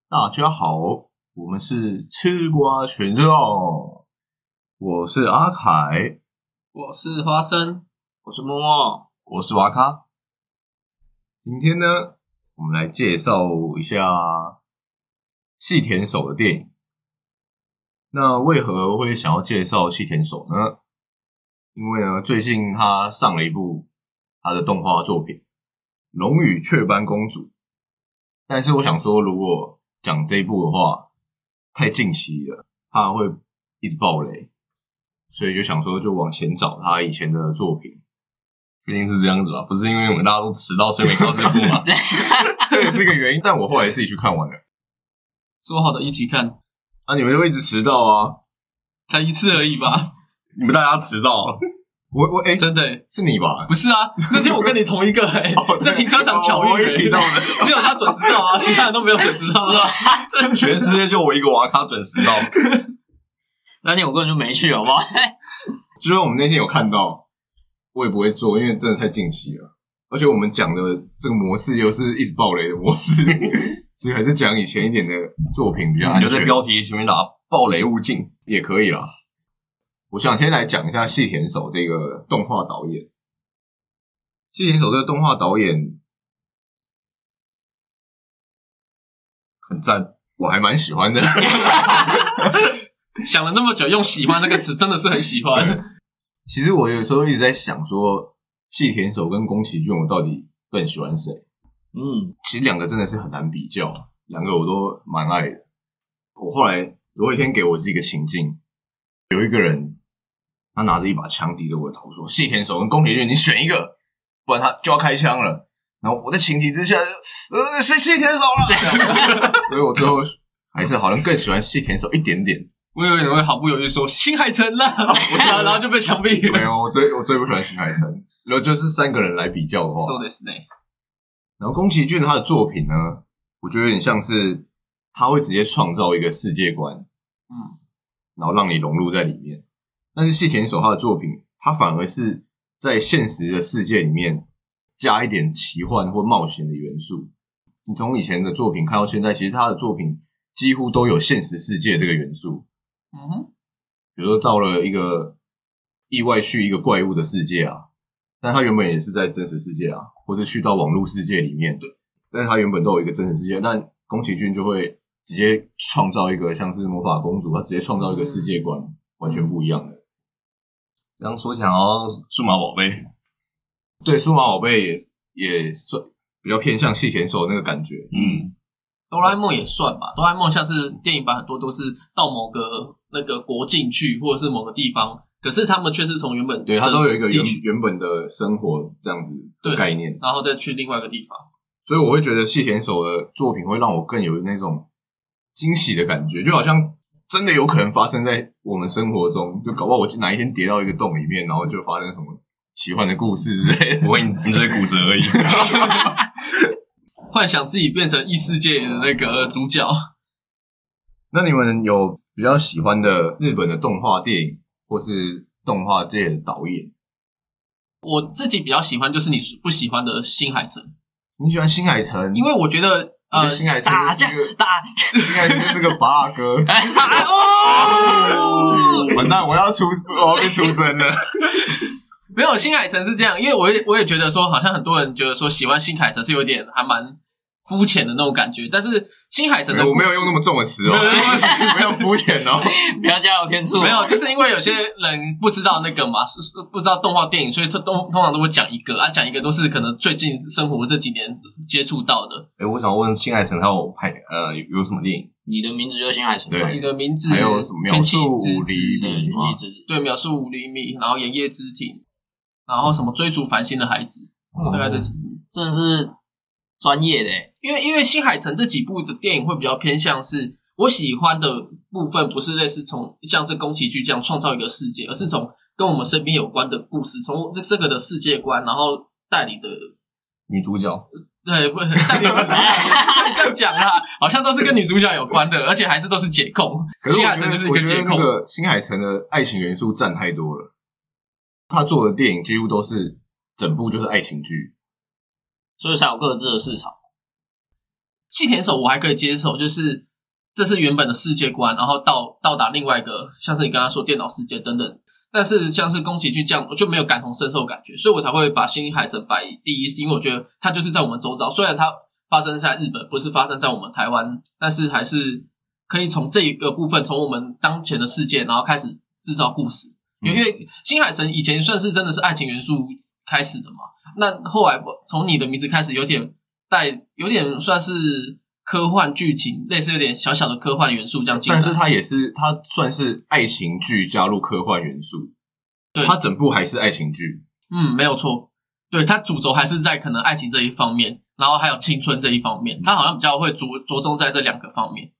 大家好，我们是吃瓜群众，我是阿凯， 我是花生， 我是默默， 我是瓦卡。 今天呢，我们来介绍一下细田守的电影。那为何会想要介绍细田守呢？因为呢，最近他上了一部他的动画作品《龙与雀斑公主》，但是我想说，如果讲这一部的话，太近期了，怕会一直爆雷，所以就想说就往前找他以前的作品。 确定是这样子吧？不是因为我们大家都迟到，所以没看到这部吗？ 这也是一个原因，但我后来自己去看完了。 说好的一起看， 啊，你们就一直迟到啊？ 才一次而已吧？ 你们大家迟到了。 我真的是你吧？ 不是啊，那天我跟你同一个在停车场巧遇我一起到的， 只有他准时到啊，其他人都没有准时到，是吧？ 全世界就我一个瓦卡准时到。 那天我根本就没去，好不好？ 就是我们那天有看到，我也不会做，因为真的太近期了。而且我们讲的这个模式又是一直爆雷的模式，所以还是讲以前一点的作品比较安全。 你就在标题前面打暴雷勿近也可以啦。我想先来讲一下细田守这个动画导演。细田守这个动画导演很赞， 我还蛮喜欢的。 想了那么久，用喜欢那个词，真的是很喜欢。 其实我有时候一直在想说，细田守跟宫崎骏我到底更喜欢谁？其实两个真的是很难比较，两个我都蛮爱的。我后来有一天给我自己一个情境，有一个人他拿着一把枪抵着我的头说，细田守跟宫崎骏你选一个，不然他就要开枪了。然后我在情急之下是细田守了。所以我最后还是好像更喜欢细田守一点点。 我以为你会毫不犹豫说新海诚啦，然后就被枪毙了。 没有，我最不喜欢新海诚。然后就是三个人来比较的话， そうですね。 然后宫崎骏他的作品呢，我觉得有点像是他会直接创造一个世界观，然后让你融入在里面。但是细田守他的作品，他反而是在现实的世界里面加一点奇幻或冒险的元素。你从以前的作品看到现在，其实他的作品几乎都有现实世界这个元素。比如说到了一个意外去一个怪物的世界啊，但他原本也是在真实世界啊，或者去到网络世界里面，对，但是他原本都有一个真实世界，但宫崎骏就会直接创造一个像是魔法公主，他直接创造一个世界观，完全不一样的。 这样说起来好像数码宝贝， 对，数码宝贝也算比较偏向细田守那个感觉。 哆啦 A 梦也算吧，哆啦 A 梦像是电影版很多都是到某个那个国境去，或者是某个地方，可是他们却是从原本对，它都有一个原本的生活这样子的概念， 然后再去另外一个地方。 所以我会觉得细田守的作品会让我更有那种惊喜的感觉，就好像真的有可能发生在我们生活中，就搞不好我哪一天跌到一个洞里面，然后就发生什么奇幻的故事之类的。 不会，你这些故事而已。 幻想自己变成异世界的那个主角。 那你们有比较喜欢的日本的动画电影，或是动画界的导演？ 我自己比较喜欢就是你不喜欢的新海诚。 你喜欢新海诚？ 因为我觉得新海诚打架打， 新海诚就是个拔蜡哥。完蛋，我要被出征了。 没有，新海诚是这样，因为我也觉得说，好像很多人觉得说喜欢新海诚是有点还蛮肤浅的那种感觉，但是新海诚的我没有用那么重的词哦，没有肤浅哦， 不要加油添醋。 没有，就是因为有些人不知道那个嘛，不知道动画电影，所以通常都会讲一个啊，讲一个都是可能最近生活这几年接触到的。 我想问新海诚他有拍有什么电影？ 你的名字就是新海诚， 对， 你的名字还有什么秒速5厘米？ 对，秒速5厘米，然后炎夜之庭，然后什么追逐繁星的孩子，大概这几部真的是专业的。 因为新海诚这几部的电影会比较偏向是我喜欢的部分，不是类似从像是宫崎骏这样创造一个世界，而是从跟我们身边有关的故事，从这个的世界观，然后带领的女主角。 对，不带领的这样讲啊，好像都是跟女主角有关的，而且还是都是解控。新海诚就是一个解控。 那个新海诚的爱情元素占太多了，他做的电影几乎都是整部就是爱情剧， 所以才有各自的市场。 细田守我还可以接受，就是这是原本的世界观，然后到达另外一个，像是你刚刚说电脑世界等等。但是像是宫崎骏这样，我就没有感同身受的感觉，所以我才会把新海诚摆第一，是因为我觉得它就是在我们周遭，虽然它发生在日本，不是发生在我们台湾，但是还是可以从这一个部分，从我们当前的世界，然后开始制造故事。因为新海诚以前算是真的是爱情元素开始的嘛，那后来从你的名字开始有点算是科幻剧情，类似有点小小的科幻元素这样进来。 但是它算是爱情剧加入科幻元素， 对， 它整部还是爱情剧。 没有错，对，它主轴还是在可能爱情这一方面，然后还有青春这一方面，它好像比较会着重在这两个方面。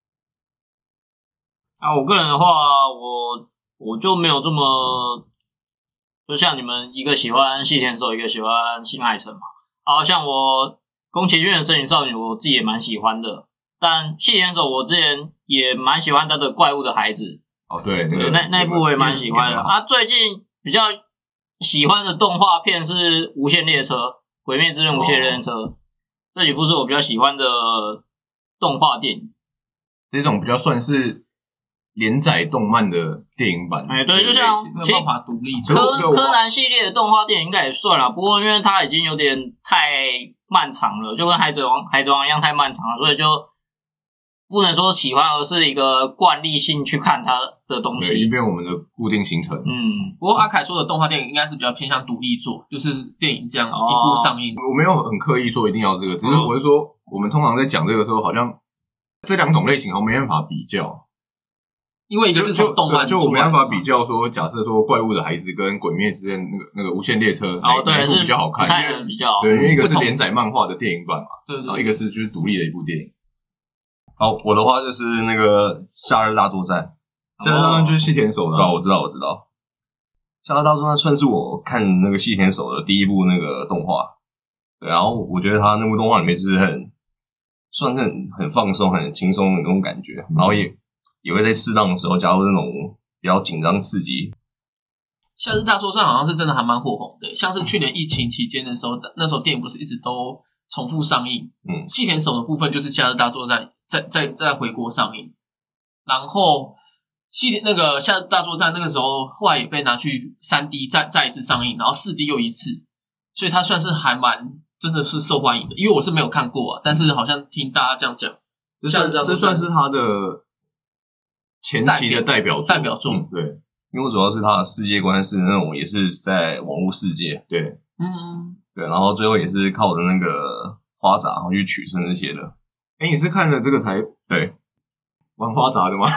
我个人的话，我就没有这么，就像你们一个喜欢细田守，一个喜欢新海诚嘛。像我宫崎骏的《神隐少女》，我自己也蛮喜欢的。但细田守我之前也蛮喜欢他的《怪物的孩子》。 对， 那一部我也蛮喜欢的。最近比较喜欢的动画片是《无限列车》《鬼灭之刃》《无限列车》这几部是我比较喜欢的动画电影。 这种比较算是连载动漫的电影版。 对，就像没有办法独立。 柯南系列的动画电影应该也算啦，不过因为它已经有点太漫长了，就跟海贼王一样太漫长了，所以就不能说喜欢，而是一个惯例性去看它的东西， 已经变成我们的固定行程。 不过阿凯说的动画电影应该是比较偏向独立作，就是电影这样一部上映。 我没有很刻意说一定要这个，只是我是说，我们通常在讲这个时候，好像这两种类型好像没办法比较。 因为一个是从动漫就我没办法比较说，假设说怪物的孩子跟鬼灭之刃那个无限列车哪一部比较好看？对，因为一个是连载漫画的电影版嘛， 对， 然后一个是就是独立的一部电影。 好，我的话就是那个夏日大作战， 夏日大作战就是细田守的。 我知道。夏日大作战算是我看那个细田守的第一部那个动画，对，然后我觉得他那部动画里面就是算是很放松、很轻松的那种感觉，然后也会在适当的时候加入那种比较紧张刺激。 夏日大作战好像是真的还蛮火红的，像是去年疫情期间的时候，那时候电影不是一直都重复上映。细田守的部分就是夏日大作战再回国上映，然后那个夏日大作战那个时候后来也被拿去 3D 再一次上映，然后 4D 又一次，所以它算是还蛮真的是受欢迎的。因为我是没有看过但是好像听大家这样讲， 这算是他的前期的代表作。对， 因为主要是他的世界观是那种也是在网络世界，对，对，然后最后也是靠着那个花札去取胜这些的。 你是看了这个才对玩花札的吗？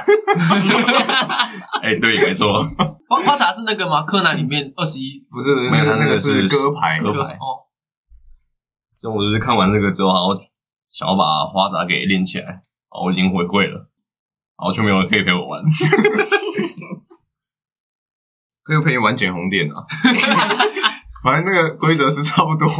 对，没错。 花札是那个吗？柯南里面21 不是，没有，那个是歌牌哦。 就我就是看完这个之后，然后想要把花札给练起来，然后我已经回归了，然后就没有人可以陪我玩。 可以陪你玩捡红点啊。反正那个规则是差不多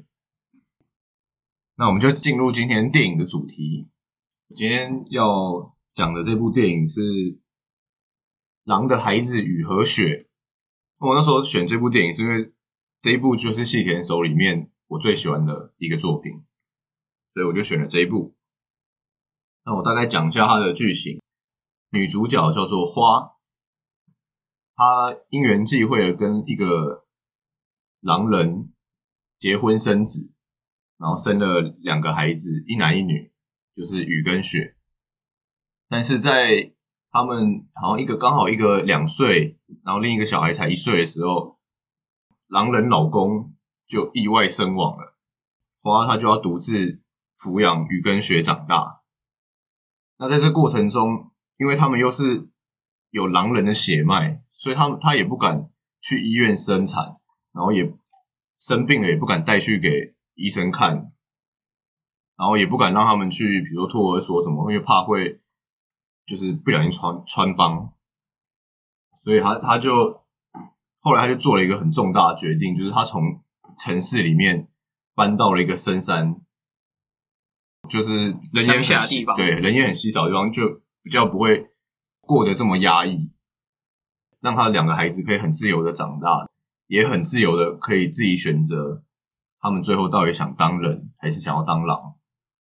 那我们就进入今天电影的主题。我今天要讲的这部电影是《狼的孩子与和雪》。我那时候选这部电影是因为这一部就是细田守里面我最喜欢的一个作品，所以我就选了这一部。那我大概讲一下它的剧情。女主角叫做花，她因缘际会跟一个狼人结婚生子，然后生了2个孩子，一男一女，就是雨跟雪。但是在他们好像刚好一个2岁，然后另一个小孩才1岁的时候，狼人老公就意外身亡了，花她就要独自抚养雨跟雪长大。那在这过程中，因为他们又是有狼人的血脉，所以他也不敢去医院生产，然后也生病了也不敢带去给医生看，然后也不敢让他们去比如说托儿所什么，因为怕会就是不小心穿帮，所以他就后来他就做了一个很重大的决定，就是他从城市里面搬到了一个深山，就是人烟乡下的地方， 对，人烟很稀少的地方，就比较不会过得这么压抑，让他的2个孩子可以很自由的长大，也很自由的可以自己选择他们最后到底想当人还是想要当狼。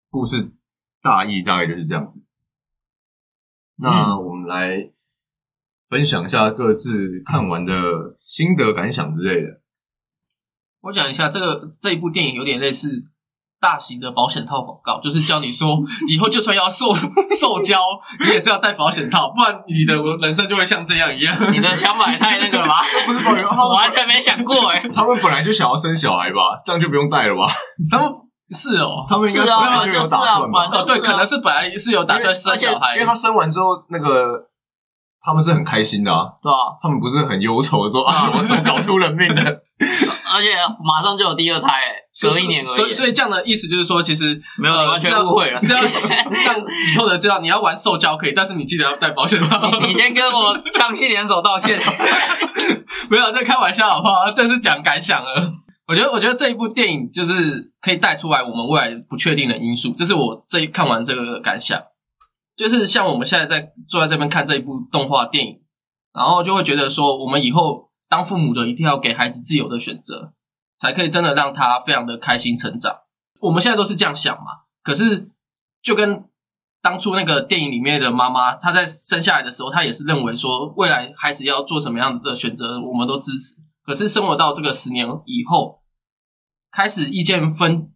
故事大意大概就是这样子。那我们来分享一下各自看完的心得感想之类的。 我讲一下，这一部电影有点类似大型的保险套广告，就是叫你说以后就算要受交，你也是要戴保险套，不然你的人生就会像这样一样。 你的想法也太那个了吧？ 不是保险套， 我完全没想过他们本来就想要生小孩吧，这样就不用戴了吧？ 他们是哦， 他们应该本来就有打算吧？ 对，可能是本来是有打算生小孩， 因为他生完之后那个。他们是很开心的啊， 对啊， 他们不是很忧愁的说啊，怎么搞出人命的？ 而且马上就有第二胎，隔1年而已。 所以这样的意思就是说，其实没有，你完全误会了， 是要让以后的知道你要玩受交可以，但是你记得要戴保险套。 你先跟我向细联手道歉。 没有，这开玩笑好不好？这是讲感想了。我觉得这一部电影就是可以带出来我们未来不确定的因素，这是我看完这个感想。就是像我们现在坐在这边看这一部动画电影，然后就会觉得说，我们以后当父母的一定要给孩子自由的选择，才可以真的让他非常的开心成长。我们现在都是这样想嘛，可是就跟当初那个电影里面的妈妈，她在生下来的时候，她也是认为说，未来孩子要做什么样的选择，我们都支持。可是生活到这个10年以后，开始意见分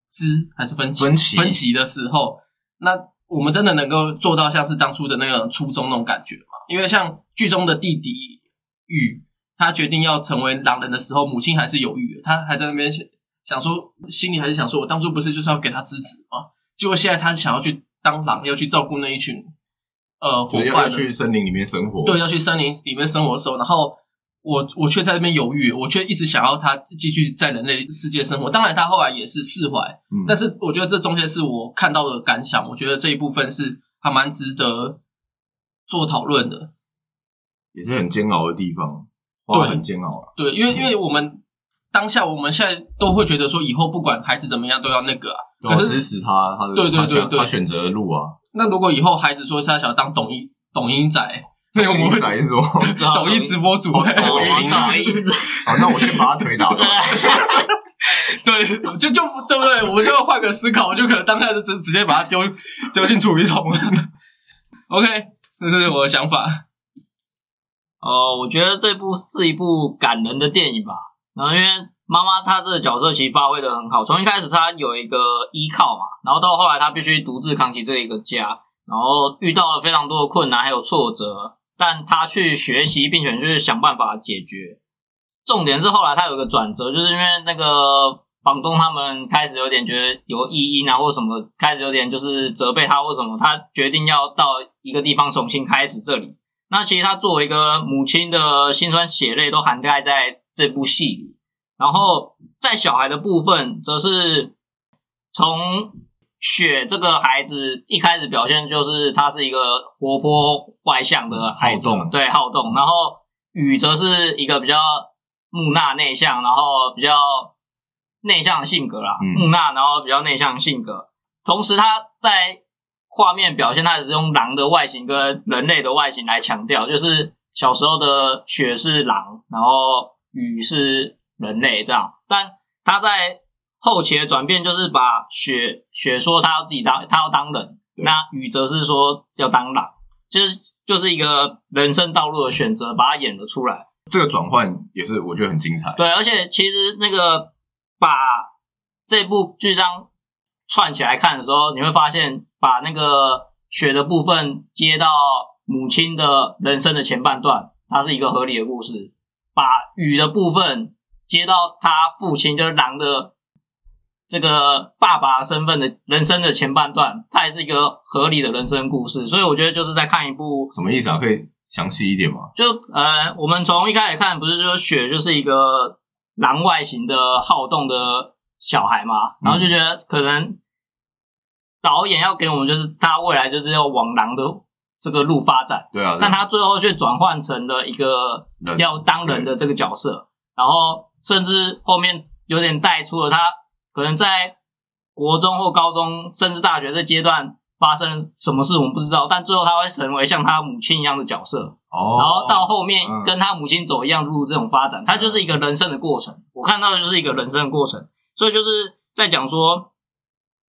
歧的时候，那我们真的能够做到像是当初的那个初衷那种感觉吗？因为像剧中的弟弟宇，他决定要成为狼人的时候，母亲还是犹豫的，他还在那边想说，心里还是想说，我当初不是就是要给他支持吗？结果现在他想要去当狼，要去照顾那一群伙伴， 要去森林里面生活， 对，要去森林里面生活的时候，然后我却在那边犹豫，我却一直想要他继续在人类世界生活。当然他后来也是释怀，但是我觉得这中间是我看到的感想，我觉得这一部分是还蛮值得做讨论的， 也是很煎熬的地方，花很煎熬啦。 对，因为我们当下我们现在都会觉得说，以后不管孩子怎么样都要那个啊，可是支持他对， 他选择的路啊。 那如果以后孩子说是他想要当抖音仔，那我们会说抖音直播主， 抖音仔。 好，那我先把他腿打断。 对，就对不对？我们就换个思考，我就可能当下就直接把他丢进储鱼桶了。OK， 这是我的想法。 我觉得这部是一部感人的电影吧。然后因为妈妈她这个角色其实发挥的很好，从一开始她有一个依靠嘛，然后到后来她必须独自扛起这一个家，然后遇到了非常多的困难还有挫折，但她去学习并且去想办法解决。重点是后来她有一个转折，就是因为那个房东他们开始有点觉得有异音啊或什么，开始有点就是责备她或什么，她决定要到一个地方重新开始这里。那其实她作为一个母亲的辛酸血泪都涵盖在这部戏里。然后在小孩的部分则是从雪这个孩子一开始表现就是他是一个活泼外向的孩子，对，好动。然后雨则是一个比较木讷内向，然后比较内向的性格啦，木讷然后比较内向的性格。同时他在画面表现，他只是用狼的外形跟人类的外形来强调，就是小时候的雪是狼，然后雨是人类这样。但他在后期的转变就是把雪说他要当人，那雨则是说要当狼，就是一个人生道路的选择，把它演了出来。 这个转换也是我觉得很精彩。 对，而且其实那个把这部剧章串起来看的时候，你会发现把那个雪的部分接到母亲的人生的前半段，它是一个合理的故事；把雨的部分接到他父亲就是狼的这个爸爸身份的人生的前半段，它也是一个合理的人生故事。所以我觉得就是在看一部什么意思啊？可以详细一点吗？ 就我们从一开始看，不是说雪就是一个狼外形的好动的小孩嘛，然后就觉得可能导演要给我们就是他未来就是要往狼的这个路发展， 对啊， 但他最后却转换成了一个要当人的这个角色，然后甚至后面有点带出了他可能在国中或高中甚至大学这阶段发生什么事我们不知道，但最后他会成为像他母亲一样的角色，然后到后面跟他母亲走一样路这种发展，他就是一个人生的过程。我看到的就是一个人生的过程，所以就是在讲说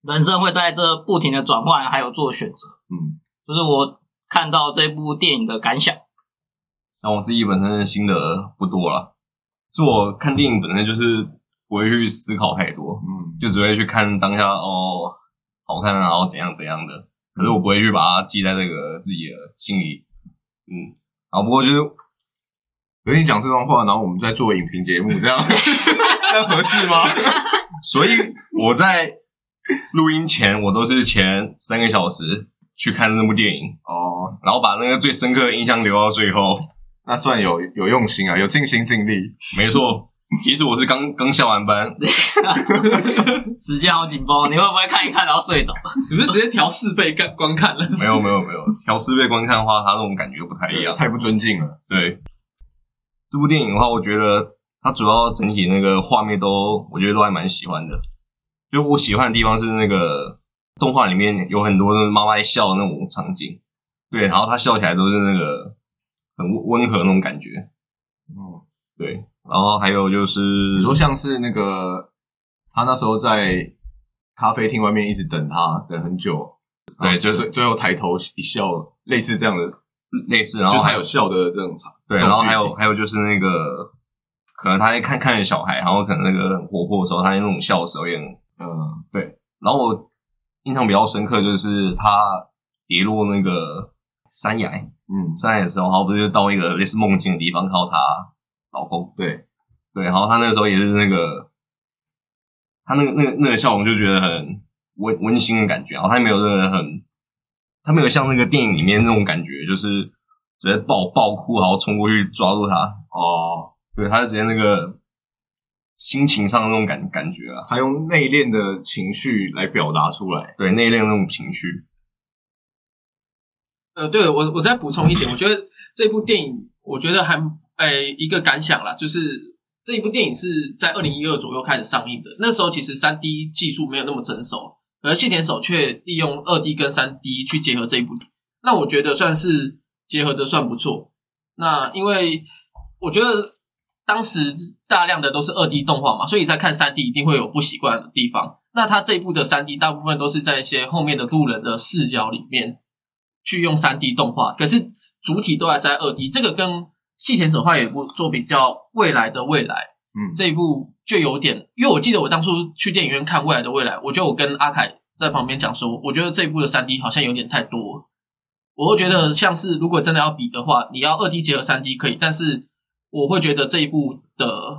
人生会在这不停的转换，还有做选择。就是我看到这部电影的感想。 那我自己本身的心得不多啦，是我看电影本身就是不会去思考太多，就只会去看当下好看啊，然后怎样怎样的，可是我不会去把它记在这个自己的心里，然后不过就是有你讲这段话，然后我们在做影评节目，这样这样合适吗？ 所以我在录音前，我都是前3个小时去看那部电影然后把那个最深刻的印象留到最后。 那算有用心啊，有尽心尽力。 没错，其实我是刚下完班， 时间好紧绷，你会不会看一看然后睡着？ 你们直接调4倍观看了？ 没有，调4倍观看的话，它那种感觉不太一样， 太不尊敬了。 对，这部电影的话，我觉得它主要整体那个画面我觉得都还蛮喜欢的。就我喜欢的地方是那个动画里面有很多妈妈在笑的那种场景，对，然后她笑起来都是那个很温和那种感觉，对，然后还有就是你说像是那个他那时候在咖啡厅外面一直等很久， 对， 就最后抬头一笑，类似这样的， 然后就他有笑的这种场， 对，然后还有就是那个可能他在看着小孩，然后可能那个很活泼的时候，他那种笑的时候也对，然后我印象比较深刻就是他跌落那个山崖的时候，然后不是到一个类似梦境的地方看到她老公，对，然后他那个时候也是那个他那个笑容就觉得很温馨的感觉，然后他没有他没有像那个电影里面那种感觉，就是直接爆哭，然后冲过去抓住他，对，他是直接那个心情上的那种感觉啊， 他用内敛的情绪来表达出来， 对，内敛的那种情绪。 对，我再补充一点，我觉得这部电影，我觉得一个感想啦，就是这一部电影是在2012左右开始上映的，那时候其实 3D 技术没有那么成熟，而细田守却利用 2D 跟 3D 去结合这一部，那我觉得算是结合的算不错。那因为我觉得当时大量的都是 2D 动画嘛，所以在看 3D 一定会有不习惯的地方。那它这一部的 3D 大部分都是在一些后面的路人的视角里面去用 3D 动画，可是主体都还是在 2D。 这个跟细田守他有一部作品叫《未来的未来》，这一部就有点，因为我记得我当初去电影院看《未来的未来》，我跟阿凯在旁边讲说，我觉得这一部的 3D 好像有点太多了，我会觉得像是如果真的要比的话，你要 2D 结合 3D 可以，但是我会觉得这一部的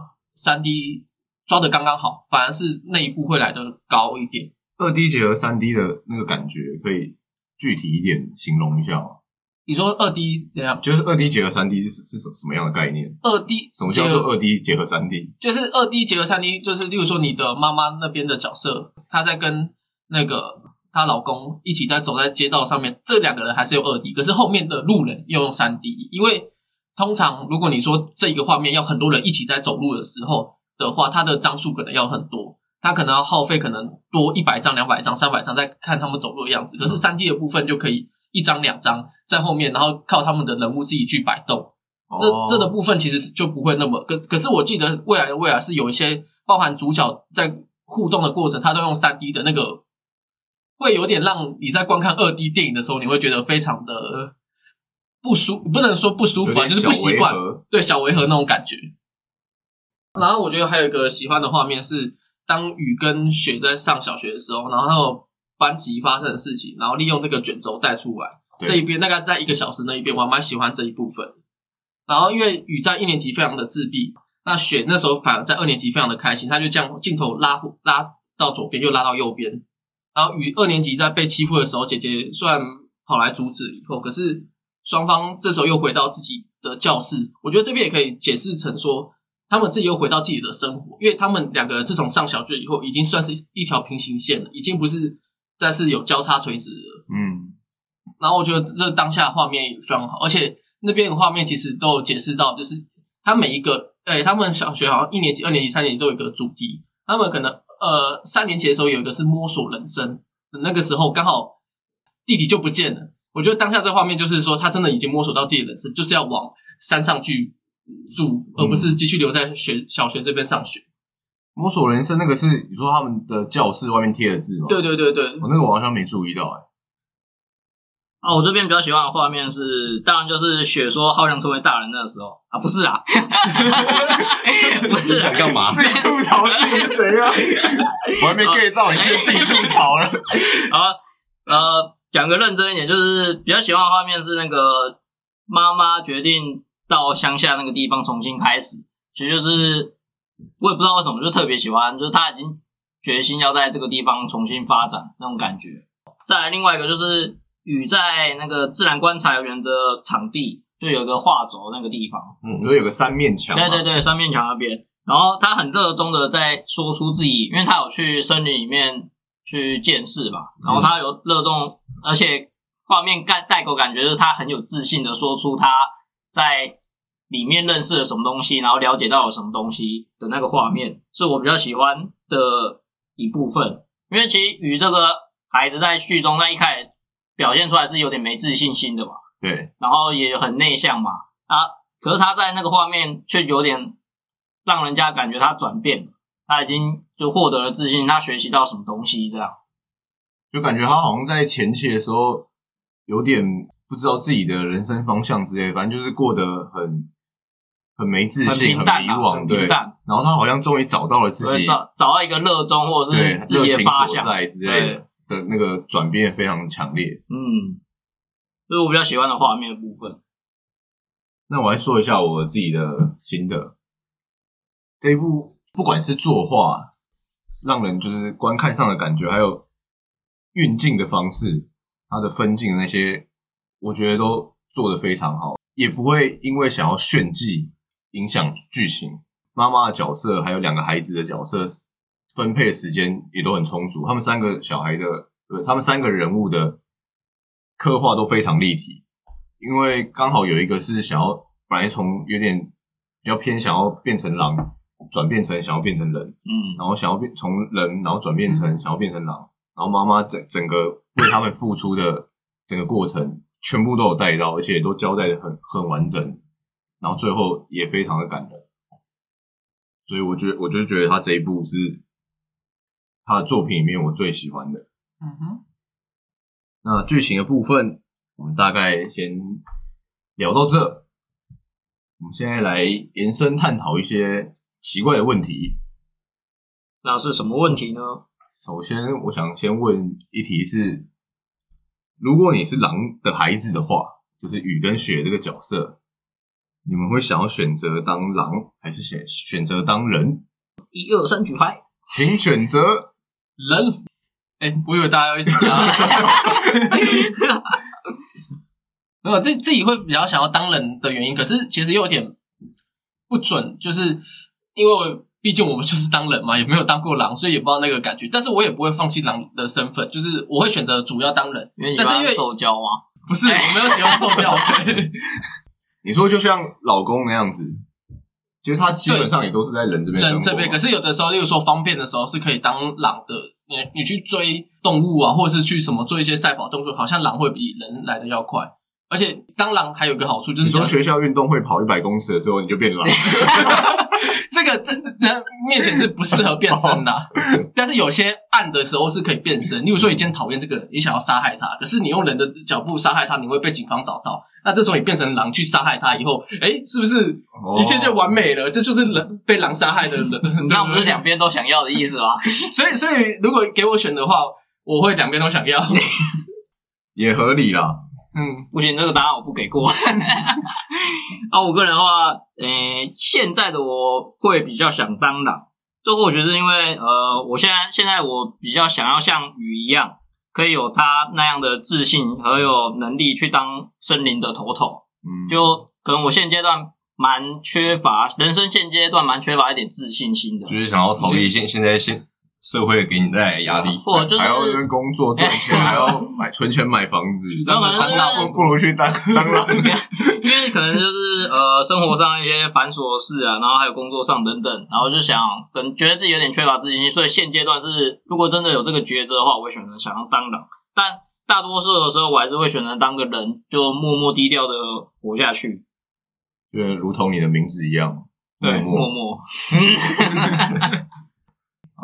3D 抓得刚刚好，反而是那一部会来得高一点。 2D 结合 3D 的那个感觉可以具体一点形容一下吗？ 你说 2D 怎样？ 就是 2D 结合 3D 是什么样的概念？ 2D 什么叫做 2D 结合 3D？ 就是 2D 结合 3D， 就是例如说你的妈妈那边的角色，她在跟那个她老公一起走在街道上面，这两个人还是用 2D， 可是后面的路人又用 3D， 因为通常如果你说这一个画面要很多人一起在走路的时候的话，它的张数可能要很多，它可能要耗费可能多100张、200张、300张在看他们走路的样子，可是 3D 的部分就可以1张2张在后面，然后靠他们的人物自己去摆动，这的部分其实就不会那么可是我记得未来的未来是有一些包含主角在互动的过程，他都用 3D 的那个，会有点让你在观看 2D 电影的时候，你会觉得非常的不能说不舒服啊，就是不习惯，对，小违和那种感觉。然后我觉得还有一个喜欢的画面是，当雨跟雪在上小学的时候，然后还有班级发生的事情，然后利用这个卷轴带出来，这一边大概在1个小时那一边，我还蛮喜欢这一部分。然后因为雨在1年级非常的自闭，那雪那时候反而在2年级非常的开心，他就这样镜头拉到左边又拉到右边，然后雨2年级在被欺负的时候，姐姐虽然跑来阻止以后，可是双方这时候又回到自己的教室，我觉得这边也可以解释成说他们自己又回到自己的生活，因为他们两个自从上小学以后已经算是一条平行线了，已经不是再是有交叉垂直了。然后我觉得这当下画面也非常好，而且那边的画面其实都有解释到，就是他每一个他们小学好像1年级、2年级、3年级都有一个主题，他们可能3年级的时候有一个是摸索人生，那个时候刚好弟弟就不见了。我觉得当下这画面就是说他真的已经摸索到自己的人生，就是要往山上去住，而不是继续留在小学这边上学。 摸索人生那个是你说他们的教室外面贴的字吗？ 对， 那个我好像没注意到我这边比较喜欢的画面是，当然就是雪说好想成为大人那个时候啊，不是啊，不是你想干嘛？ 自己吐槽自己是怎样？我还没 get 到，你先自己吐槽了。 讲个认真一点，就是比较喜欢的画面是那个妈妈决定到乡下那个地方重新开始，其实就是我也不知道为什么就特别喜欢，就是他已经决心要在这个地方重新发展那种感觉。再来另外一个就是雨在那个自然观察园的场地就有一个画轴那个地方， 你说有个三面墙， 对，三面墙那边，然后他很热衷的在说出自己，因为他有去森林里面去见识嘛，然后他有热衷，而且画面带给我感觉就是他很有自信的说出他在里面认识了什么东西，然后了解到了什么东西的那个画面，是我比较喜欢的一部分。因为其实雨这个孩子在剧中，他一开始表现出来是有点没自信心的嘛， 对， 然后也很内向嘛，可是他在那个画面却有点让人家感觉他转变了，他已经就获得了自信，他学习到什么东西这样， 就感觉他好像在前期的时候有点不知道自己的人生方向之类的，反正就是过得很没自信， 很平淡迷惘，对。然后他好像终于找到了自己， 找到一个热衷或者是自己的发想在之类的那个转变非常强烈。 这是我比较喜欢的画面的部分。 那我来说一下我自己的心得。这一部不管是作画，让人就是观看上的感觉，还有运镜的方式，它的分镜的那些，我觉得都做得非常好，也不会因为想要炫技影响剧情。妈妈的角色还有两个孩子的角色分配的时间也都很充足，他们三个人物的刻画都非常立体，因为刚好有一个是想要本来从有点比较偏想要变成狼，转变成想要变成人，然后想要从人然后转变成想要变成狼，然后妈妈整个为他们付出的整个过程全部都有带到，而且都交代的很完整，然后最后也非常的感人，所以我就觉得他这一部是他的作品里面我最喜欢的。那剧情的部分我们大概先聊到这，我们现在来延伸探讨一些奇怪的问题。 那是什么问题呢？ 首先我想先问一题是，如果你是狼的孩子的话，就是雨跟雪这个角色，你们会想要选择当狼还是选择当人 ？1、2、3举牌， 请选择人。我以为大家要一起讲。没有，自己会比较想要当人的原因，可是其实又有点不准，就是因为毕竟我们就是当人嘛，也没有当过狼，所以也不知道那个感觉。但是我也不会放弃狼的身份，就是我会选择主要当人。 因为你喜欢受教吗？ 不是，我没有喜欢受教。 你说就像老公那样子，其实他基本上也都是在人这边生活。 人这边，可是有的时候，例如说方便的时候是可以当狼的。你去追动物啊，或者是去什么做一些赛跑动作，好像狼会比人来的要快。而且当狼还有一个好处就是， 你说学校运动会跑100公尺的时候，你就变狼。 这个真的面前是不适合变身的但是有些暗的时候是可以变身。例如说，你今天讨厌这个人，你想要杀害他，可是你用人的脚步杀害他，你会被警方找到。那这时候你变成狼去杀害他以后，是不是一切就完美了？这就是人被狼杀害的人。 那不是两边都想要的意思吗？ 所以如果给我选的话，我会两边都想要。 也合理啦。 不行，这个答案我不给过。我个人的话，现在的我会比较想当狼，这或许是因为我现在我比较想要像雨一样，可以有他那样的自信和有能力去当森林的头头。就可能我现阶段人生现阶段蛮缺乏一点自信心的， 就是想要逃离现在社会给你带来的压力， 或者就是还要跟工作赚钱，还要存钱买房子， 然后不如去当狼。 因为可能就是生活上一些繁琐的事啊，然后还有工作上等等，然后就觉得自己有点缺乏自信心，所以现阶段是如果真的有这个抉择的话，我会选择想要当狼，但大多数的时候我还是会选择当个人，就默默低调的活下去， 就如同你的名字一样， 对，默默。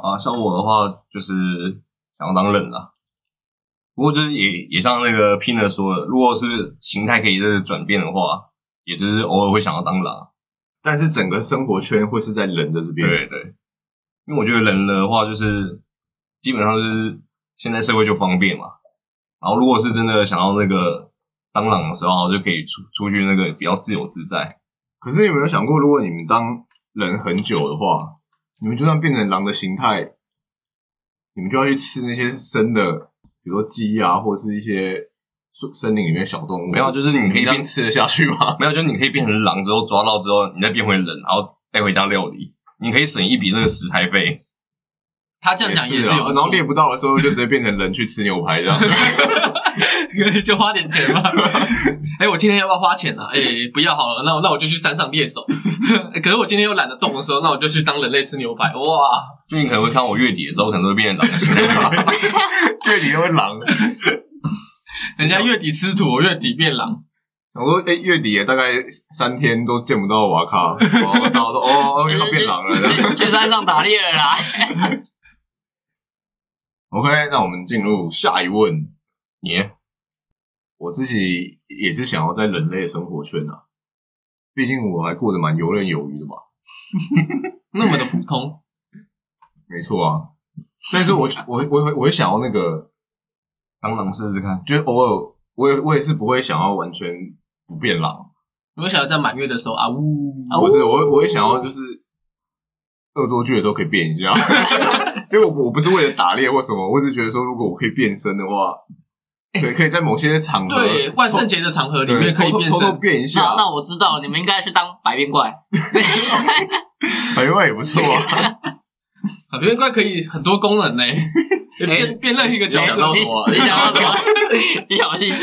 啊，像我的话就是想要当人啦。不过就是也像那个 Pina 说的，如果是形态可以转变的话，也就是偶尔会想要当狼。 但是整个生活圈会是在人的这边。 对对，因为我觉得人的话就是基本上就是现在社会就方便嘛。然后如果是真的想要那个当狼的时候，就可以出去那个比较自由自在。 可是有没有想过，如果你们当人很久的话，你们就算变成狼的形态，你们就要去吃那些生的，比如说鸡啊，或者是一些森林里面的小动物。 没有，就是你可以吃得下去吗？ 没有，就是你可以变成狼之后抓到之后，你再变回人，然后带回家料理，你可以省一笔那个食材费。 他这样讲也是有， 然后猎不到的时候就直接变成人去吃牛排这样， 就花点钱嘛。我今天要不要花钱啊？不要好了，那我就去山上猎手。可是我今天又懒得动的时候，那我就去当人类吃牛排。哇！ 就你可能会看到我月底的时候，可能会变成狼的形态。 月底都会狼， 人家月底吃土，我月底变狼。 我说月底也大概3天都见不到瓦卡，然后说要变狼了， 去山上打猎了啦。 OK， 那我们进入下一问。我自己也是想要在人类的生活圈啊，毕竟我还过得蛮游刃有余的嘛。 那么的普通， 没错啊。但是我会想要那个当狼试试看， 就是偶尔我也是不会想要完全不变狼。 我想要在满月的时候啊呜， 不是我会想要就是恶作剧的时候可以变一下。结果我不是为了打猎或什么，我只是觉得说，如果我可以变身的话，可以在某些场合， 对万圣节的场合里面可以变身， 偷变一下。 那我知道了，你们应该去当百变怪。 百变怪也不错啊， 百变怪可以很多功能呢，变任何一个角色。 你想到什么？你小心。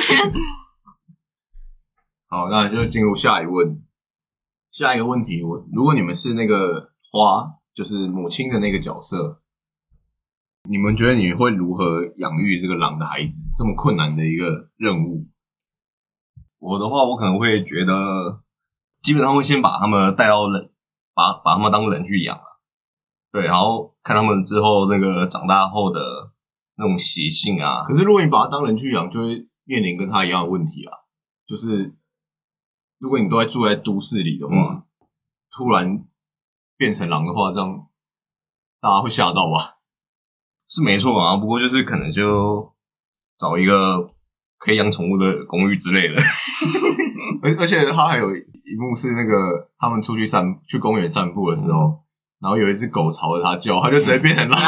好，那就进入下一问。下一个问题，如果你们是那个花，就是母亲的那个角色，你们觉得你会如何养育这个狼的孩子？这么困难的一个任务。 我的话，我可能会觉得，基本上会先把他们带到人，把他们当人去养啊。对，然后看他们之后那个长大后的那种习性啊。 可是如果你把他当人去养，就会面临跟他一样的问题啊，就是如果你都住在都市里的话，突然变成狼的话，这样大家会吓到吧？ 是没错啊，不过就是可能就找一个可以养宠物的公寓之类的。 而且他还有一幕是那个他们出去公园散步的时候，然后有一只狗朝着他叫，他就直接变成狼。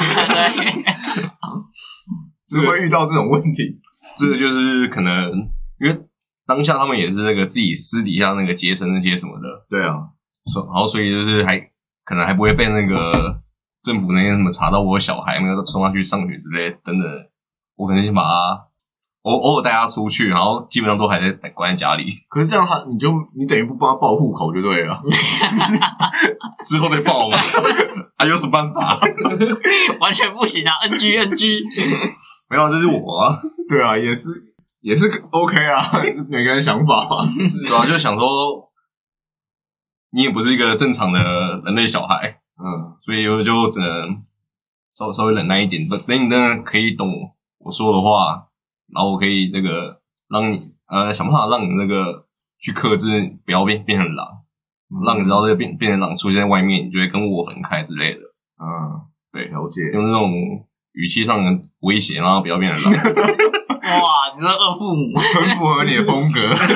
就会遇到这种问题。 这个就是可能因为当下他们也是那个自己私底下那个接生那些什么的， 对啊， 然后所以就是可能还不会被那个政府那些什么查到我小孩没有送他去上学之类等等，我可能先把他偶尔带他出去，然后基本上都还在关在家里。 可是这样你等于不帮他报户口就对了， 之后再报嘛，还有什么办法？ 完全不行啊 ！NG， 没有，这是我啊。 对啊，也是 OK 啊，每个人想法啊， 对啊，就想说你也不是一个正常的人类小孩，所以就只能稍微忍耐一点，等你真的可以懂我说的话，然后我可以这个让你想办法让你那个去克制，不要变成狼，让你知道这个变成狼出现在外面，你就会跟我分开之类的。 对，了解， 用这种语气上的威胁，然后不要变成狼。 哇，你这恶父母， 很符合你的风格。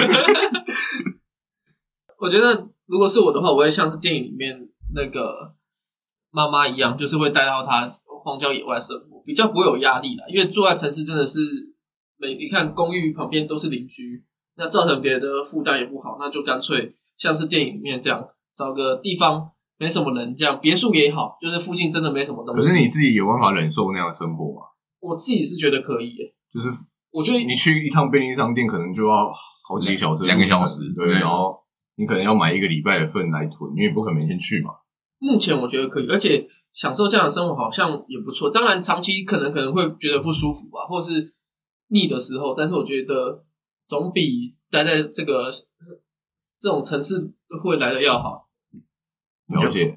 我觉得如果是我的话，我会像是电影里面那个妈妈一样，就是会带到她荒郊野外生活，比较不会有压力啦。因为住在城市真的是你看公寓旁边都是邻居，那造成别人的负担也不好，那就干脆像是电影里面这样，找个地方没什么人，这样别墅也好，就是附近真的没什么东西。 可是你自己有办法忍受那样的生活吗？ 我自己是觉得可以耶， 就是我觉得你去一趟便利商店可能就要好几个小时 ，2个小时， 对，然后你可能要买1个礼拜的份来囤，因为也不可能每天去嘛。 目前我觉得可以，而且享受这样的生活好像也不错。当然长期可能会觉得不舒服吧，或是腻的时候，但是我觉得总比待在这种城市会来的要好。 了解。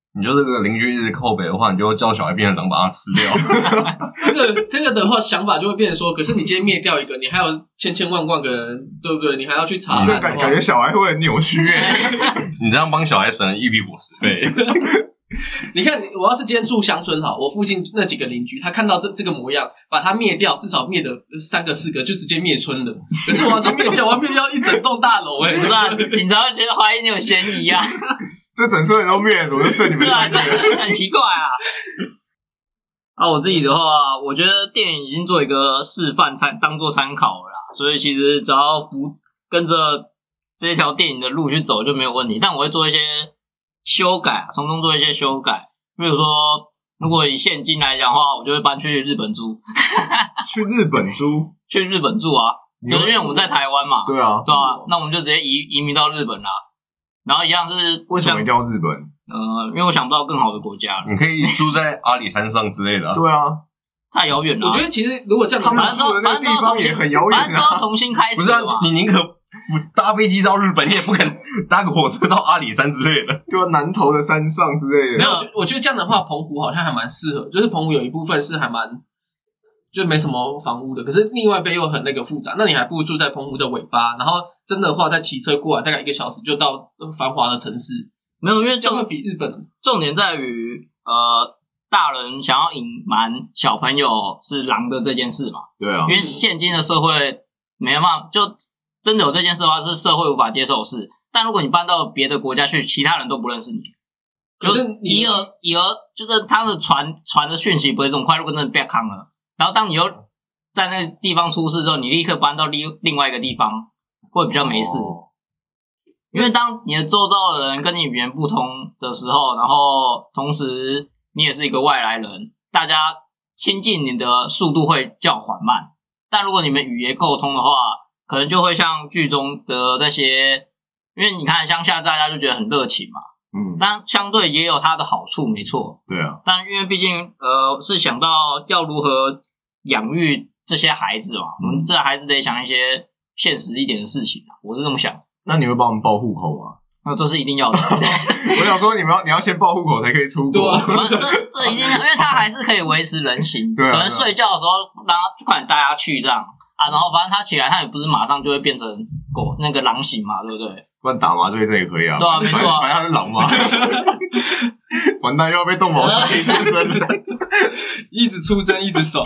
你就这个邻居一直靠北的话，你就叫小孩变成狼把它吃掉。 这个的话，想法就会变成说，可是你今天灭掉一个，你还有千万个人，对不对？你还要去查这感觉小孩会很扭曲你这样帮小孩省了一笔伙食费。 你看，我要是今天住乡村好，我附近那几个邻居，他看到这个模样，把它灭掉，至少灭的3个4个，就直接灭村了。可是我要是灭掉，我要灭掉一整栋大楼不是啊，警察会觉得怀疑你有嫌疑啊。 这整村人都灭了，怎么就剩你们3个？ 很奇怪啊。我自己的话，我觉得电影已经做一个示范当做参考了啦，所以其实只要跟着这条电影的路去走就没有问题。但我会做一些修改，从中做一些修改。比如说，如果以现今来讲的话，我就会搬去日本住。 去日本住？ 去日本住啊，就是因为我们在台湾嘛。 对啊， 那我们就直接移民到日本啦。然后一样是为什么一定要日本？ 因为我想不到更好的国家了。 你可以住在阿里山上之类的。 对啊， 太遥远了。 我觉得其实如果这样， 他们住的那个地方也很遥远， 反正都要重新开始。 不是啊，你宁可搭飞机到日本，你也不肯搭个火车到阿里山之类的。 对啊，南投的山上之类的。 没有，我觉得这样的话，澎湖好像还蛮适合。就是澎湖有一部分是还蛮就没什么房屋的，可是另外一边又很那个复杂。那你还不如住在澎湖的尾巴，然后真的话再骑车过来，大概1个小时就到繁华的城市。 没有，因为这样会比日本重点在于大人想要隐瞒小朋友是狼的这件事嘛。 对啊， 因为现今的社会没办法，就真的有这件事的话，是社会无法接受的事。但如果你搬到别的国家去，其他人都不认识你，就是以而就是他的传的讯息不会这么快，如果真的被扛了，然后当你又在那个地方出事之后，你立刻搬到另外一个地方，会比较没事。因为当你的周遭的人跟你语言不通的时候，然后同时你也是一个外来人，大家亲近你的速度会较缓慢。但如果你们语言沟通的话，可能就会像剧中的那些，因为你看乡下大家就觉得很热情嘛，但相对也有它的好处，没错。 对啊， 但因为毕竟是想到要如何养育这些孩子嘛，我们这孩子得想一些现实一点的事情，我是这么想。 那你会帮我们报户口吗？ 这是一定要的。 我想说，你要先报户口才可以出国。 这一定要，因为他还是可以维持人形， 对啊， 可能睡觉的时候让他快点带他去这样啊，然后反正他起来，他也不是马上就会变成狗那个狼形嘛，对不对？ 不然打麻醉这也可以啊。 对啊，没错啊， 反正他是狼嘛。完蛋，又要被动保团体出征了。 一直出征，一直爽。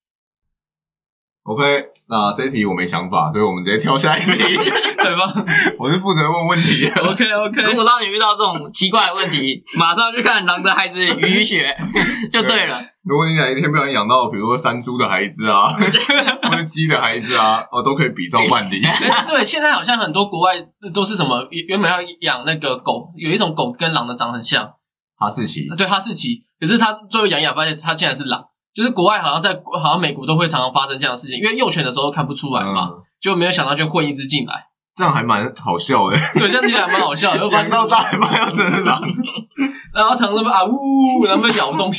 OK， 那这一题我没想法，所以我们直接跳下一题， 对吧？ 我是负责问问题的。 OK， 如果当你遇到这种奇怪的问题，马上去看《狼的孩子雨雪》就对了。 如果你哪一天不小心养到，比如说山猪的孩子啊，或者鸡的孩子啊，都可以比照办理。 对，现在好像很多国外都是什么，原本要养那个狗，有一种狗跟狼的长很像， 哈士奇。 对，哈士奇，可是他最后养发现他竟然是狼。就是国外好像美国都会常常发生这样的事情，因为幼犬的时候看不出来嘛，就没有想到就混一只进来， 这样还蛮好笑的。 对，这样听起来蛮好笑的。 养到大还蛮要真的狼， 然后常常啊呜，然后咬东西。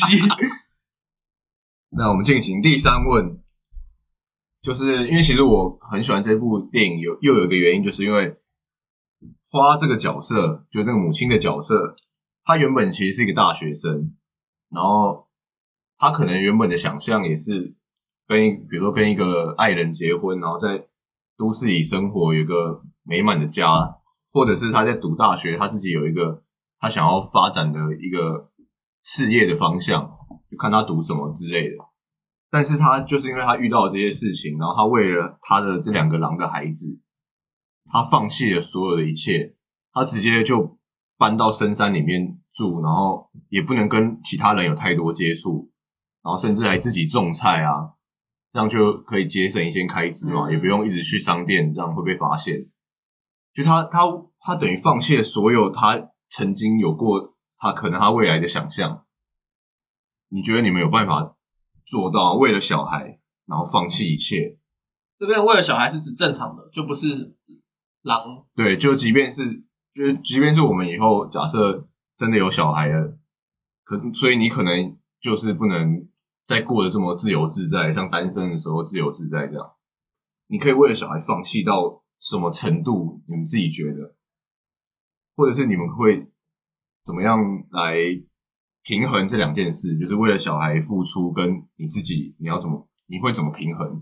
那我们进行第3问，就是因为其实我很喜欢这部电影，又有一个原因，就是因为花这个角色，就那个母亲的角色，她原本其实是一个大学生，然后他可能原本的想象也是比如说跟一个爱人结婚，然后在都市里生活，有一个美满的家，或者是他在读大学，他自己有一个他想要发展的一个事业的方向，就看他读什么之类的。但是他就是因为他遇到了这些事情，然后他为了他的这2个狼的孩子，他放弃了所有的一切，他直接就搬到深山里面住，然后也不能跟其他人有太多接触，然后甚至还自己种菜啊，这样就可以节省一些开支嘛，也不用一直去商店，这样会被发现。就他等于放弃了所有他曾经有过可能他未来的想象。你觉得你们有办法做到为了小孩然后放弃一切？ 这边为了小孩是指正常的，就不是狼。对， 就即便是我们以后假设真的有小孩了，所以你可能就是不能再过得这么自由自在，像单身的时候自由自在这样。你可以为了小孩放弃到什么程度？你们自己觉得，或者是你们会怎么样来平衡这两件事，就是为了小孩付出跟你自己，你会怎么平衡？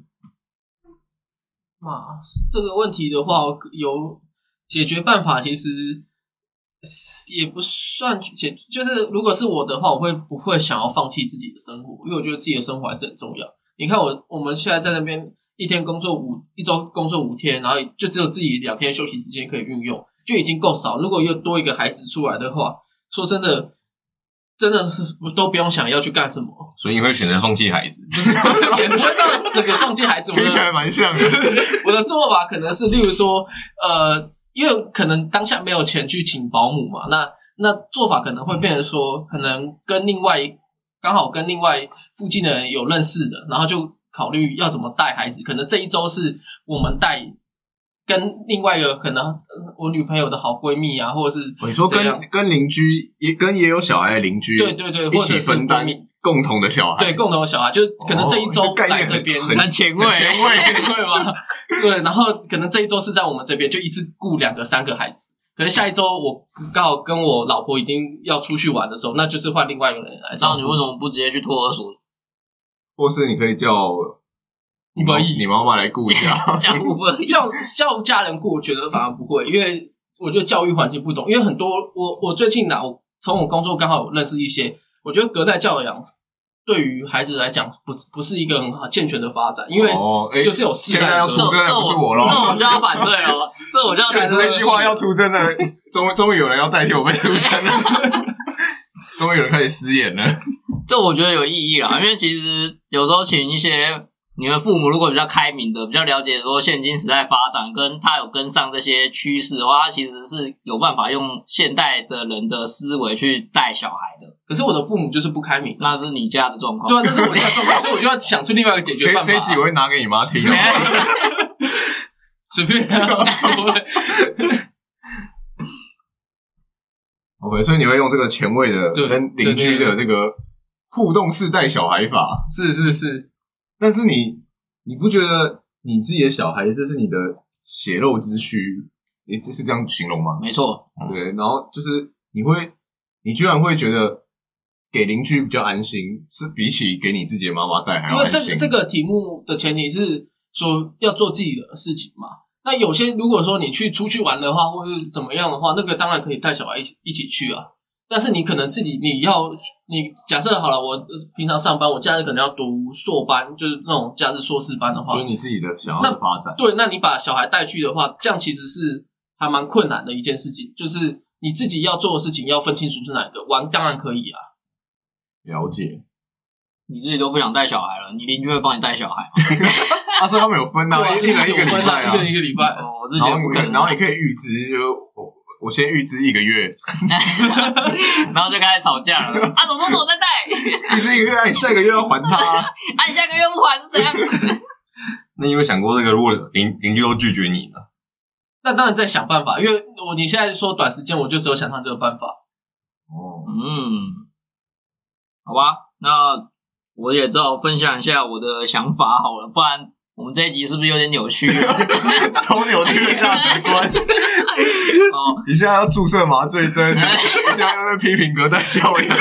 这个问题的话，有解决办法，其实也不算就是如果是我的话，我不会想要放弃自己的生活，因为我觉得自己的生活还是很重要。你看我们现在在那边一周工作5天，然后就只有自己2天休息时间可以运用，就已经够少。如果又多一个孩子出来的话，说真的是都不用想要去干什么。 所以你会选择放弃孩子？ 也不会到整个放弃孩子。 听起来蛮像的。 我的做法可能是，例如说，因为可能当下没有钱去请保姆嘛，那做法可能会变成说，可能刚好跟另外附近的人有认识的，然后就考虑要怎么带孩子。可能这一周是我们带，跟另外一个可能我女朋友的好闺蜜啊，或者是你说跟邻居也有小孩的邻居， 对， 一起分担共同的小孩， 对，共同的小孩，就可能这一周在这边， 很前卫吗？对，然后可能这一周是在我们这边，就一次顾2个3个孩子。可是下一周我刚好跟我老婆已经要出去玩的时候，那就是换另外一个人来照顾。 那你为什么不直接去托儿所？ 或是你可以叫你妈妈来顾一下， 叫家人顾，我觉得反而不会，因为我觉得教育环境不同。因为很多我最近我从我工作刚好有认识一些，我觉得隔代教养对于孩子来讲不是一个很好健全的发展，因为就是有世代现在要出征的不是我咯， 这我就要反对咯，这我就要反对。 这句话要出征的，终于有人要代替我被出征了，终于有人开始失言了。 这我觉得有意义啦，因为其实有时候请一些你们父母如果比较开明的，比较了解说现今时代发展，跟他有跟上这些趋势的话，他其实是有办法用现代的人的思维去带小孩的。 可是我的父母就是不开明， 那是你家的状况。 对啊，那是我家的状况，所以我就要想出另外一个解决办法。 这一集我会拿给你妈听。 随便啊。 OK， 所以你会用这个前卫的跟邻居的这个互动式带小孩法。 是。 但是你不觉得你自己的小孩这是你的血肉之躯？这是这样形容吗？ 没错。 对，然后就是你居然会觉得给邻居比较安心，是比起给你自己的妈妈带还要安心。 因为这个题目的前提是说要做自己的事情嘛。那有些如果说你出去玩的话，或是怎么样的话，那个当然可以带小孩一起去啊。但是你可能自己你假设好了，我平常上班，我假日可能要读硕班，就是那种假日硕士班的话， 就是你自己的想要的发展。 对，那你把小孩带去的话，这样其实是还蛮困难的一件事情，就是你自己要做的事情要分清楚是哪一个。玩当然可以啊， 了解。 你自己都不想带小孩了，你邻居会帮你带小孩吗？ 他说他们有分啊，一人一个礼拜啊， 一个礼拜。 我自己不可能。 然后你可以预支，就我先预支1个月， 然后就开始吵架了。啊，怎么都我在带？ 预支1个月，你下个月要还他。 你下个月不还是怎样？ 那你有想过这个，如果邻居都拒绝你呢？ 那当然在想办法，因为你现在说短时间，我就只有想到这个办法。 好吧，那我也只好分享一下我的想法好了，不然我们这一集是不是有点扭曲了？ 超扭曲的价值观。你现在要注射麻醉针，你现在又在批评隔代教养。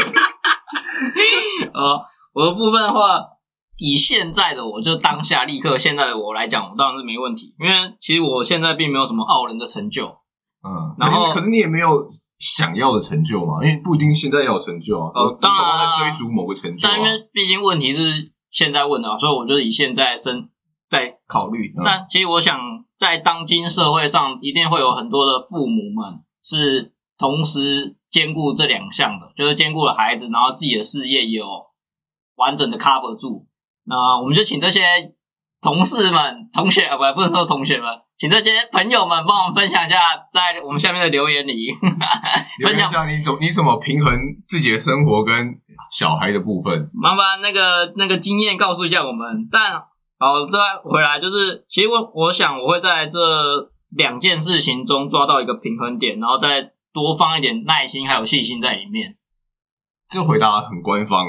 我的部分的话，以现在的我就当下立刻现在的我来讲，我当然是没问题，因为其实我现在并没有什么傲人的成就。然后可是你也没有想要的成就嘛，因为不一定现在要有成就啊。 当然在追逐某个成就但因为毕竟问题是现在问的所以我就以现在在考虑。但其实我想，在当今社会上，一定会有很多的父母们是同时兼顾这2项的，就是兼顾了孩子，然后自己的事业也有完整的 cover 住。那我们就请这些同事们、同学不能说同学们，请这些朋友们帮我们分享一下，在我们下面的留言里分享一下你怎么平衡自己的生活跟小孩的部分。 麻烦那个经验告诉一下我们。但好，再回来就是，其实我想我会在这2件事情中抓到一个平衡点，然后再多放一点耐心还有细心在里面。 这个回答很官方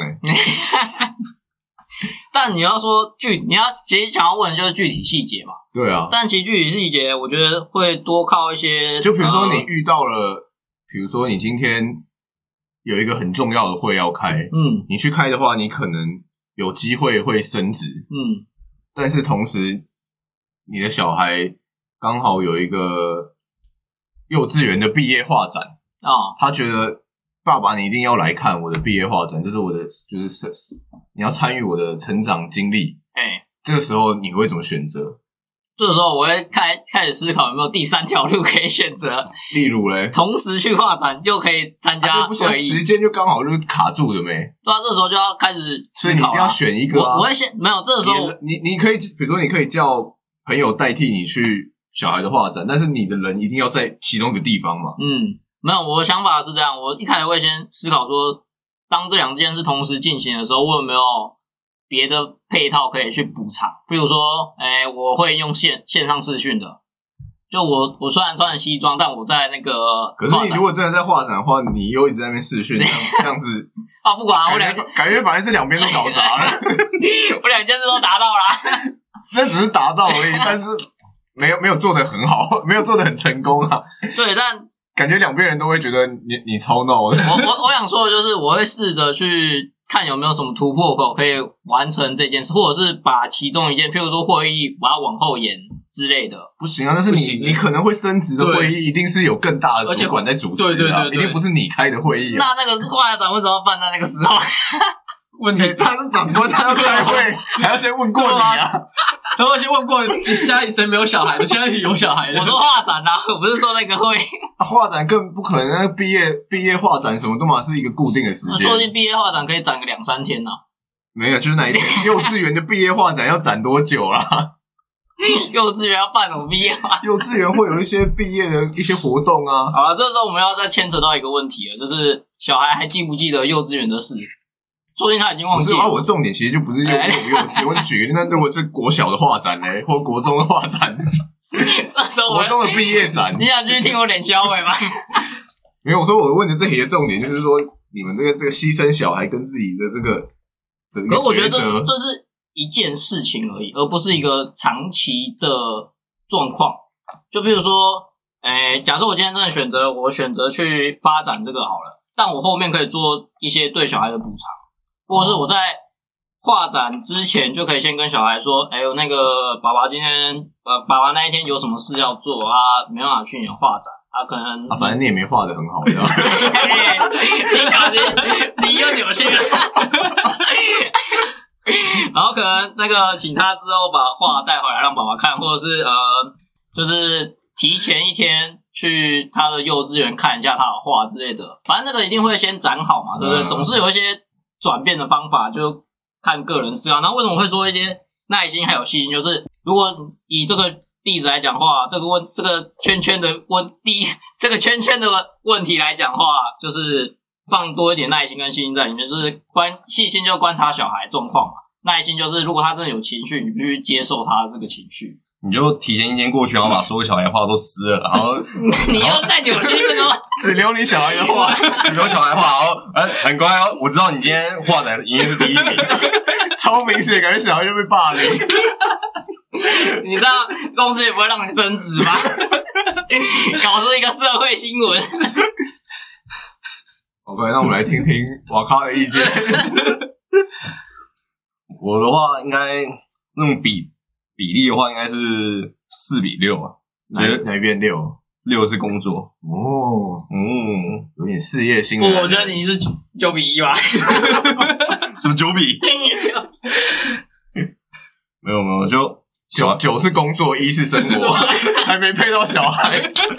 但你要说你要其实想要问的就是具体细节嘛。 对啊。 但其实具体细节，我觉得会多靠一些， 就比如说你遇到了，比如说你今天有一个很重要的会要开，你去开的话，你可能有机会会升职，但是同时你的小孩刚好有一个幼稚园的毕业画展他觉得爸爸你一定要来看我的毕业画展，这是我的就是你要参与我的成长经历，这个时候你会怎么选择？ 这个时候我会开始思考有没有第3条路可以选择， 例如嘞， 同时去画展又可以参加不行，时间就刚好就是卡住的没？ 对啊，这时候就要开始思考， 所以你一定要选一个我会先没有，这个时候你可以，比如说你可以叫朋友代替你去小孩的画展，但是你的人一定要在其中一个地方嘛。 没有，我的想法是这样，我一开始会先思考说，当这2件事同时进行的时候，我有没有别的配套可以去补偿？比如说，我会用线上视讯的，就我虽然穿着西装，但我在那个， 可是你如果真的在画展的话，你又一直在那边视讯，这样子不管我感觉反正是两边都搞砸了， 我2件事都达到啦， 那只是达到而已，但是没有做得很好，没有做得很成功啊。 对，但感觉两边人都会觉得你超闹的。 我想说的就是，我会试着去看有没有什么突破口可以完成这件事，或者是把其中一件，譬如说会议，把它往后延之类的。 不行啊，但是你可能会升职的会议，一定是有更大的主管在主持的，对，一定不是你开的会议啊。 那个画展为什么要办在那个时候？ 问题他是长官，他要开会，还要先问过你啊。 他会先问过家里谁没有小孩的，家里有小孩的。 我说画展啊，我不是说那个会。 画展更不可能，那毕业画展什么都嘛是一个固定的时间。 说不定毕业画展可以展个2-3天呢。 没有，就是哪一天？幼稚园的毕业画展要展多久啦？ 幼稚园要办什么毕业画？ 幼稚园会有一些毕业的一些活动啊。 好了，这时候我们要再牵扯到一个问题了，就是小孩还记不记得幼稚园的事？说不定他已经忘记了。 不是我的重点其实就不是幼稚，我举个例，那如果是国小的画展嘞，或国中的画展， 这时候国中的毕业展， 你想继续听我脸消委吗？ 没有，我说我问的这题的重点就是说，你们这个牺牲小孩跟自己的这个的一个抉择， 可是我觉得这是一件事情而已，而不是一个长期的状况。就比如说，假设我今天真的选择去发展这个好了，但我后面可以做一些对小孩的补偿。或者是我在画展之前就可以先跟小孩说，那个爸爸今天爸爸那一天有什么事要做啊，没办法去你的画展啊，可能反正你也没画得很好，这样你小心，你又扭曲了。然后可能那个请他之后把画带回来让爸爸看，或者是就是提前1天去他的幼稚园看一下他的画之类的，反正那个一定会先展好嘛，对不对？总是有一些转变的方法，就看个人思考。然后为什么会说一些耐心还有细心？就是如果以这个例子来讲话，这个圈圈的这个圈圈的问题来讲话，就是放多一点耐心跟细心在里面。就是细心就观察小孩状况嘛，耐心就是如果他真的有情绪，你必须接受他的这个情绪。 你就提前1天过去，然后把所有小孩的画都撕了，然后你要再扭曲这个吗？ 只留你小孩的画， 只留小孩画，然后很乖哦，我知道你今天画展营业是第1名， 超明显，感觉小孩就被霸凌。 你知道公司也不会让你升职吗？搞出一个社会新闻。 OK， 那我们来听听瓦卡的意见。 我的话应该那种比例的话，应该是4:6啊。 哪一边6是工作哦，有点事业心。 我觉得你是9:1吧？ 什么9比？没有，就 9是工作，1是生活，还没配到小孩。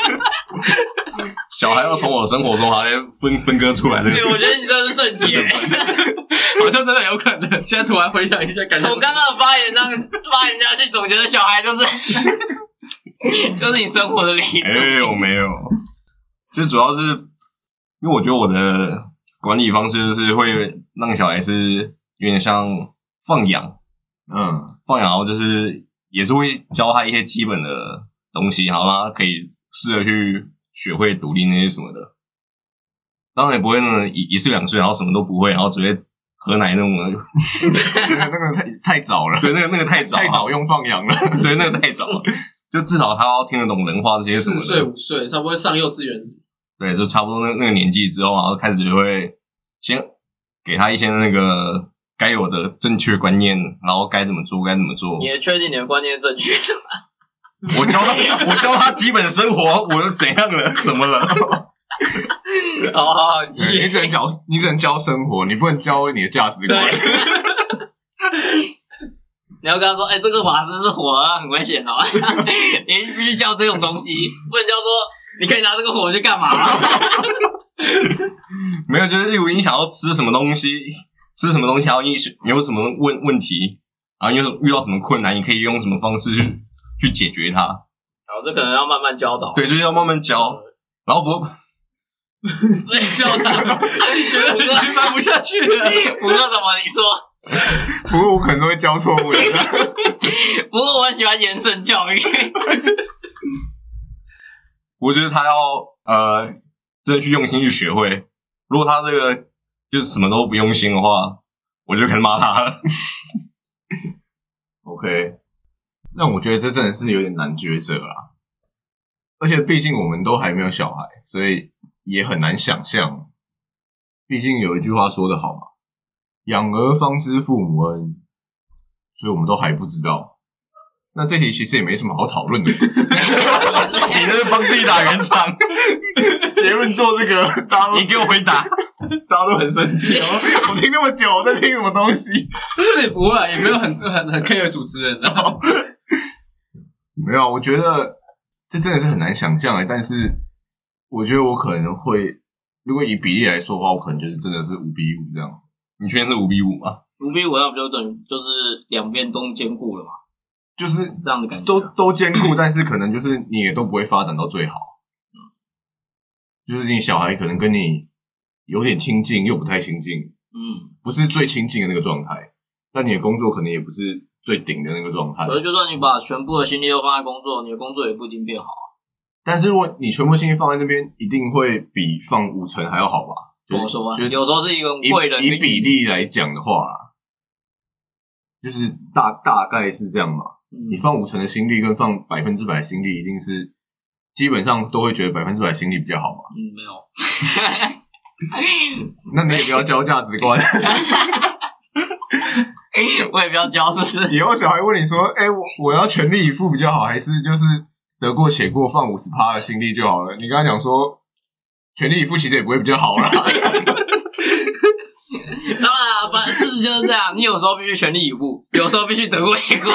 小孩要从我的生活中还分割出来的。 对，我觉得你这是正解， 好像真的有可能。现在突然回想一下，感觉从刚刚的发言这样发言下去，总觉得小孩就是你生活的例子。 我没有，就主要是因为我觉得我的管理方式就是会让小孩是有点像放养，放养，然后就是也是会教他一些基本的东西，然后让他可以试着去学会独立那些什么的。当然也不会那种1岁2岁，然后什么都不会，然后只会喝奶那种的。 那个太早了， 对，那个太早， 太早用放养了。 对，那个太早了，就至少他要听得懂人话这些什么的。 4岁5岁，差不多上幼稚园。 对，就差不多那个年纪之后，然后开始就会先给他一些那个该有的正确观念，然后该怎么做。 你也确定你的观念是正确的吗？ 我教他基本生活，我又怎样了？怎么了？ 好， 你只能教生活，你不能教你的价值观。 你要跟他说，这个法师是火啊，很危险哦。你必须教这种东西，不能教说你可以拿这个火去干嘛？ 没有，就是例如你想要吃什么东西，然后你有什么问题，然后你遇到什么困难，你可以用什么方式去解决它。 然后这可能要慢慢教导。 对，就是要慢慢教，然后不过。 自己笑场，你觉得已经搬不下去了？ 不过什么？你说？ 不过我可能都会教错误的。 不过我很喜欢延伸教育。 我觉得他要真的去用心去学会。如果他这个就是什么都不用心的话，我就可能骂他了。 OK， 那我觉得这真的是有点难抉择啦。而且毕竟我们都还没有小孩，所以也很难想象。毕竟有一句话说得好嘛，养儿方知父母恩，所以我们都还不知道。那这题其实也没什么好讨论的。你这是帮自己打圆场。 结论做这个，大家都你给我回答， 大家都很生气哦。我听那么久，我在听什么东西？ 是不会，也没有很 care 主持人的。 没有，我觉得这真的是很难想象但是我觉得我可能会，如果以比例来说的话，我可能就是真的是5-5这样。 你确定是5-5吗 ？5-5那不就等于就是两边都兼顾了嘛？ 就是这样的感觉， 都兼顾，但是可能就是你也都不会发展到最好。就是你小孩可能跟你有点亲近，又不太亲近，不是最亲近的那个状态。但你的工作可能也不是最顶的那个状态。 可是就算你把全部的心力都放在工作，你的工作也不一定变好。 但是如果你全部心力放在那边，一定会比放50%还要好吧？ 怎么说？有时候是一个贵人以比例来讲的话，就是大概是这样嘛。你放50%的心力跟放100%的心力，一定是基本上都会觉得100%心力比较好嘛。 没有。 那你也不要教价值观。 我也不要教，是不是？ 以后小孩问你说：“我要全力以赴比较好，还是就是得过且过放50%的心力就好了？”你跟他讲说，全力以赴其实也不会比较好啦。 当然了，事实就是这样。你有时候必须全力以赴，有时候必须得过且过。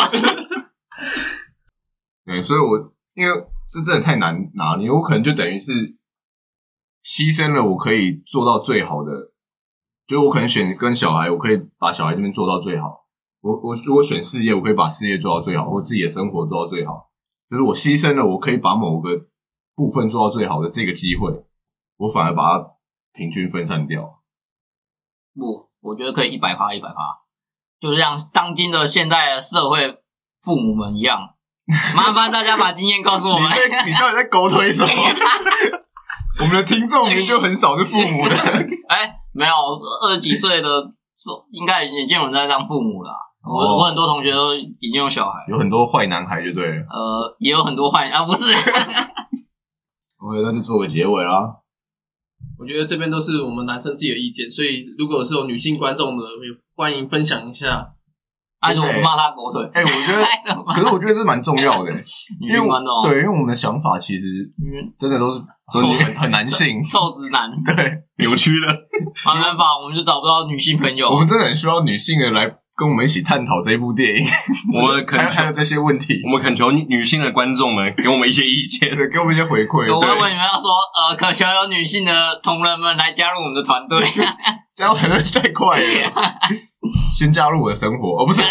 对，所以因为这真的太难拿捏，我可能就等于是牺牲了我可以做到最好的，就是我可能选跟小孩，我可以把小孩这边做到最好。我如果选事业，我可以把事业做到最好，或自己的生活做到最好。就是我牺牲了我可以把某个部分做到最好的这个机会，我反而把它平均分散掉。 不，我觉得可以100%，就像当今的现在的社会父母们一样。麻烦大家把经验告诉我们。 你到底在狗腿什么？我们的听众明明就很少是父母的。 没有，20几岁的应该已经有人在当父母了。我很多同学都已经有小孩， 有很多坏男孩就对了。 也有很多坏不是。 OK， 那就做个结尾啦。 我觉得这边都是我们男生自己的意见，所以如果是有女性观众的，欢迎分享一下。 如果骂他狗腿， 我觉得，可是我觉得这蛮重要的， 女性观众， 对，因为我们的想法其实真的都是很男性， 臭直男， 对，扭曲的， 没办法，我们就找不到女性朋友。 我们真的很需要女性的来跟我们一起探讨这一部电影， 我们还有这些问题， 我们恳求女性的观众们给我们一些意见， 对，给我们一些回馈。 我问你们要说，渴求有女性的同仁们来加入我们的团队， 加入团队太快了，先加入我的生活，不是。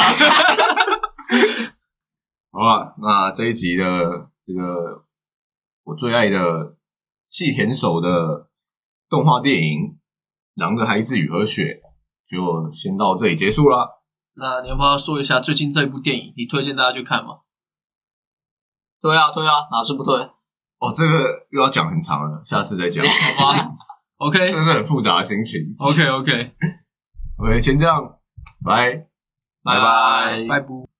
好吧，那这一集的这个我最爱的细田守的动画电影《狼的孩子与和雪》就先到这里结束啦。 那你要不要说一下最近这一部电影，你推荐大家去看吗？ 对啊，哪是不推？ 这个又要讲很长了，下次再讲。 好吧，OK， 真的是很复杂的心情。 OK， 先这样，拜拜。 拜。